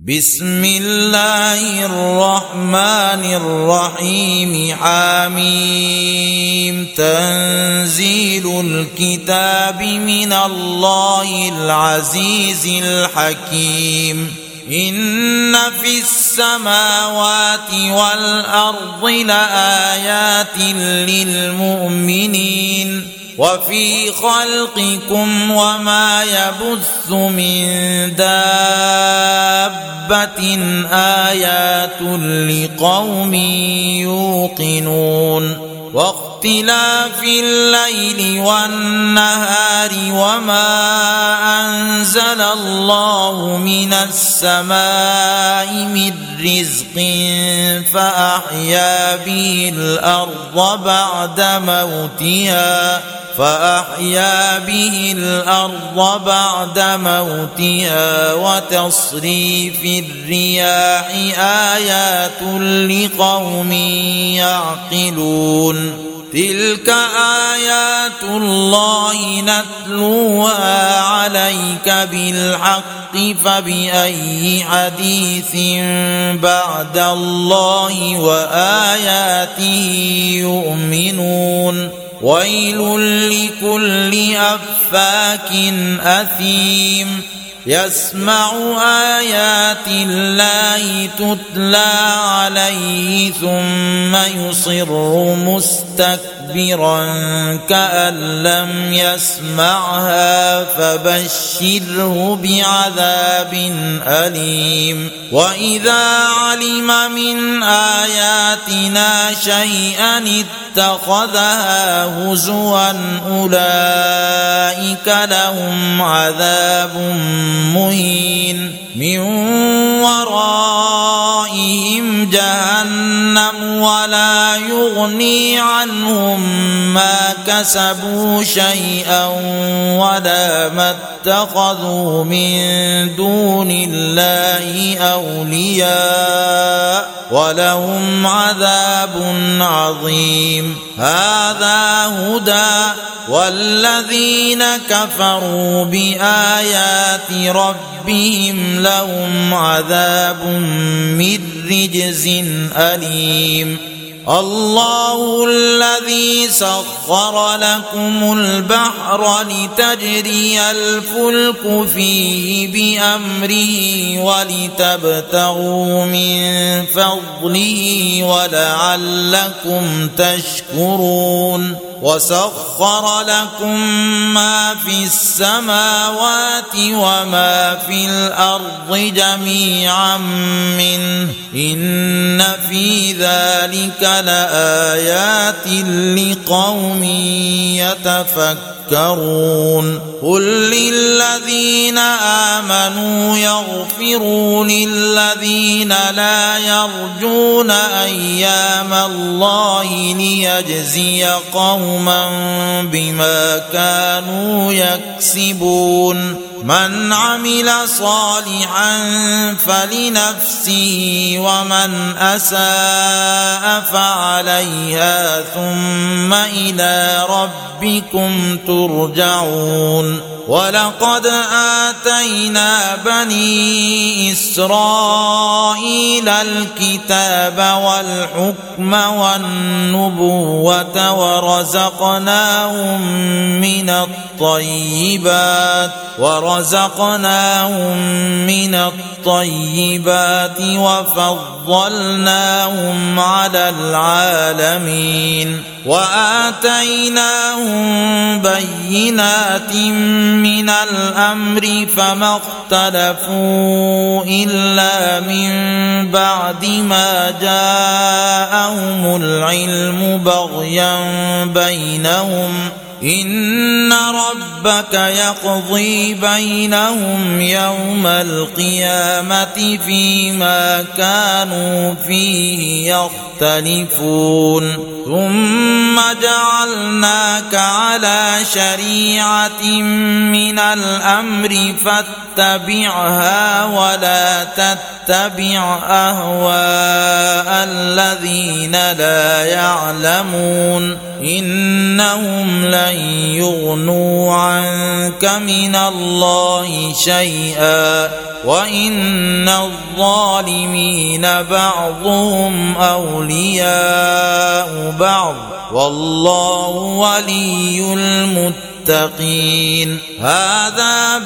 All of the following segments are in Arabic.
بسم الله الرحمن الرحيم حميم تنزيل الكتاب من الله العزيز الحكيم إن في السماوات والأرض لآيات للمؤمنين وفي خلقكم وما يبث من دابة آيات لقوم يوقنون واختلاف الليل والنهار وما أنزل الله من السماء من رزق فأحيا به الأرض بعد موتها وتصريف الرياح آيات لقوم يعقلون تلك آيات الله نتلوها عليك بالحق فبأي حديث بعد الله وآياته يؤمنون ويل لكل أفاك أثيم يسمع آيات الله تتلى عليه ثم يصر مستكبرا كأن لم يسمعها فبشره بعذاب أليم وإذا علم من آياتنا شيئا اتخذها هزوا أولئك لهم عذاب مهين من ورائهم جهنم ولا يغني عنهم ما كسبوا شيئا ولا ما اتخذوا من دون الله أولياء ولهم عذاب عظيم هذا هدى والذين كفروا بآيات ربهم لهم عذاب من رجز أليم الله الذي سخر لكم البحر لتجري الفلك فيه بأمره ولتبتغوا من فضله ولعلكم تشكرون وسخر لكم ما في السماوات وما في الأرض جميعا منه إن في ذلك لآيات لقوم يتفكرون قل للذين آمنوا يغفروا للذين لا يرجون أيام الله ليجزي قوما بما كانوا يكسبون من عمل صالحا فلنفسه ومن أساء فعليها ثم إلى ربكم ترجعون ولقد آتينا بني إسرائيل الكتاب والحكم والنبوة ورزقناهم من الطيبات وفضلناهم على العالمين وآتيناهم بينات من الأمر فما اختلفوا إلا من بعد ما جاءهم العلم بغيا بينهم إن ربك يقضي بينهم يوم القيامة فيما كانوا فيه يختلفون ثم جعلناك على شريعة من الأمر فاتبعها ولا تتبع أهواء الذين لا يعلمون إنهم لن يغنوا عنك من الله شيئا وإن الظالمين بعضهم أولياء بعض والله ولي المتقين. هذا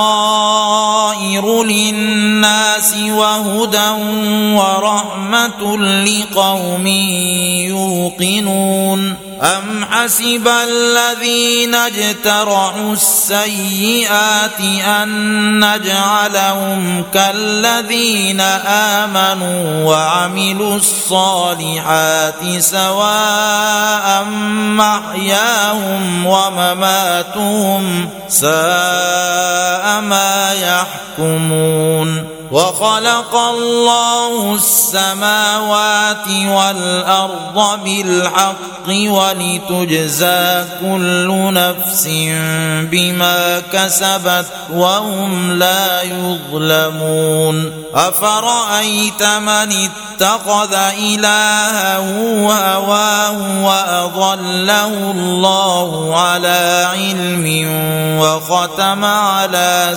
بصائر للناس وهدى ورحمة لقوم يوقنون. أم حسب الذين اجترحوا السيئات أن نجعلهم كالذين آمنوا وعملوا الصالحات سواء محياهم ومماتهم ساء ما يحكمون. وخلق الله السماوات والأرض بالحق ولتجزى كل نفس بما كسبت وهم لا يظلمون. أفرأيت من اتخذ إلهه هواه وأضله الله على علم وختم على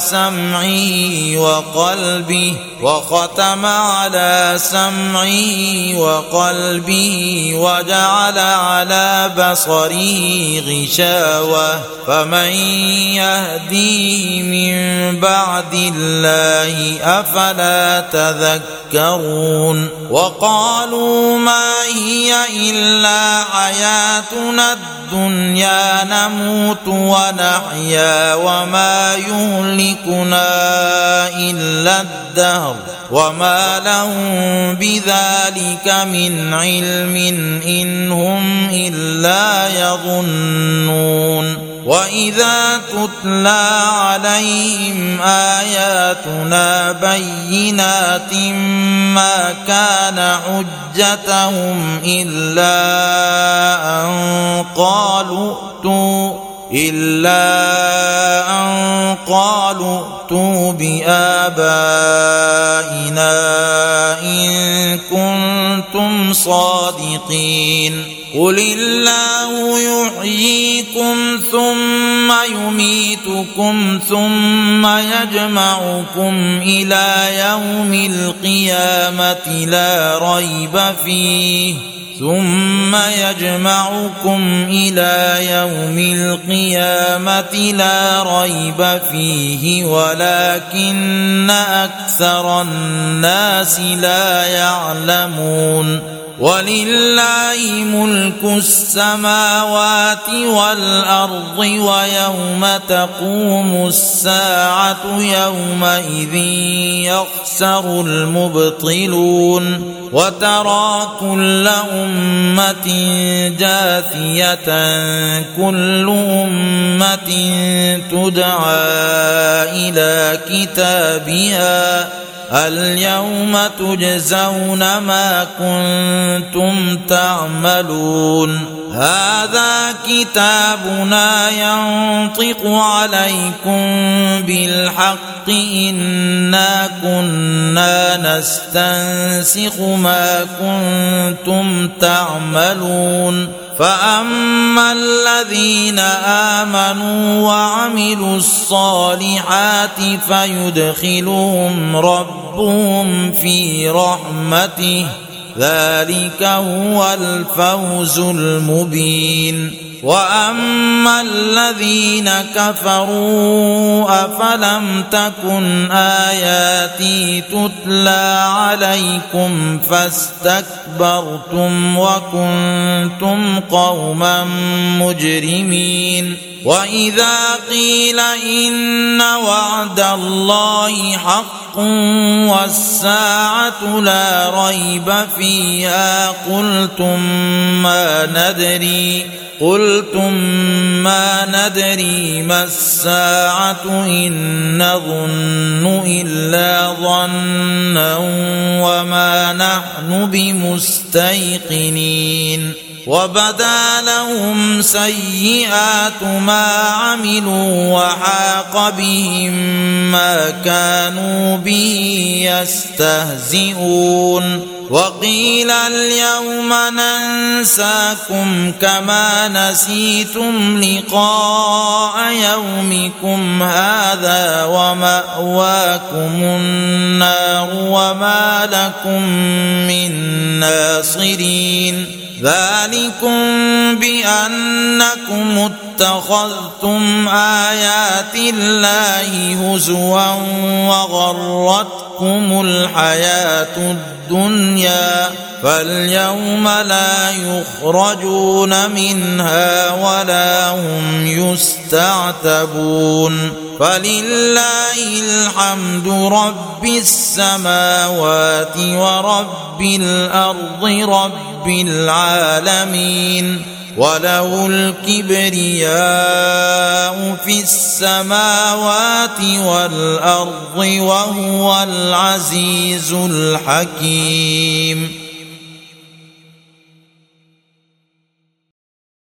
سمعه وقلبه وجعل على بصره غشاوة فمن يهديه من بعد الله أفلا تذكرون. وقالوا ما هي إلا حياتنا الدنيا نموت ونحيا وما يهلكنا إلا الدهر وما لهم بذلك من علم إن هم إلا يظنون. وإذا تتلى عليهم آياتنا بينات ما كان حجتهم إلا أن قالوا ائتوا بآبائنا إن كنتم صادقين. قل الله يحييكم ثم يميتكم ثم يجمعكم إلى يوم القيامة لا ريب فيه ولكن أكثر الناس لا يعلمون. ولله ملك السماوات والأرض ويوم تقوم الساعة يومئذ يخسر المبطلون. وترى كل أمة جاثية كل أمة تدعى إلى كتابها اليوم تجزون ما كنتم تعملون. هذا كتابنا ينطق عليكم بالحق إنا كنا نستنسخ ما كنتم تعملون. فأما الذين آمنوا وعملوا الصالحات فيدخلهم ربهم في رحمته ذلك هو الفوز المبين. وأما الذين كفروا أفلم تكن آياتي تتلى عليكم فاستكبرتم وكنتم قوما مجرمين. وإذا قيل إن وعد الله حق والساعة لا ريب فيها قلتم ما ندري ما الساعة إن نظن إلا ظنا وما نحن بمستيقنين. وبدا لهم سيئات ما عملوا وحاق بهم ما كانوا به يستهزئون. وقيل اليوم ننساكم كما نسيتم لقاء يومكم هذا ومأواكم النار وما لكم من ناصرين ذلكم بأنكم اتخذتم آيات الله هزوا وغرتكم الحياة الدنيا فاليوم لا يخرجون منها ولا هم يستعتبون فلله الحمد رب السماوات ورب الأرض رب العالمين وله الكبرياء في السماوات والأرض وهو العزيز الحكيم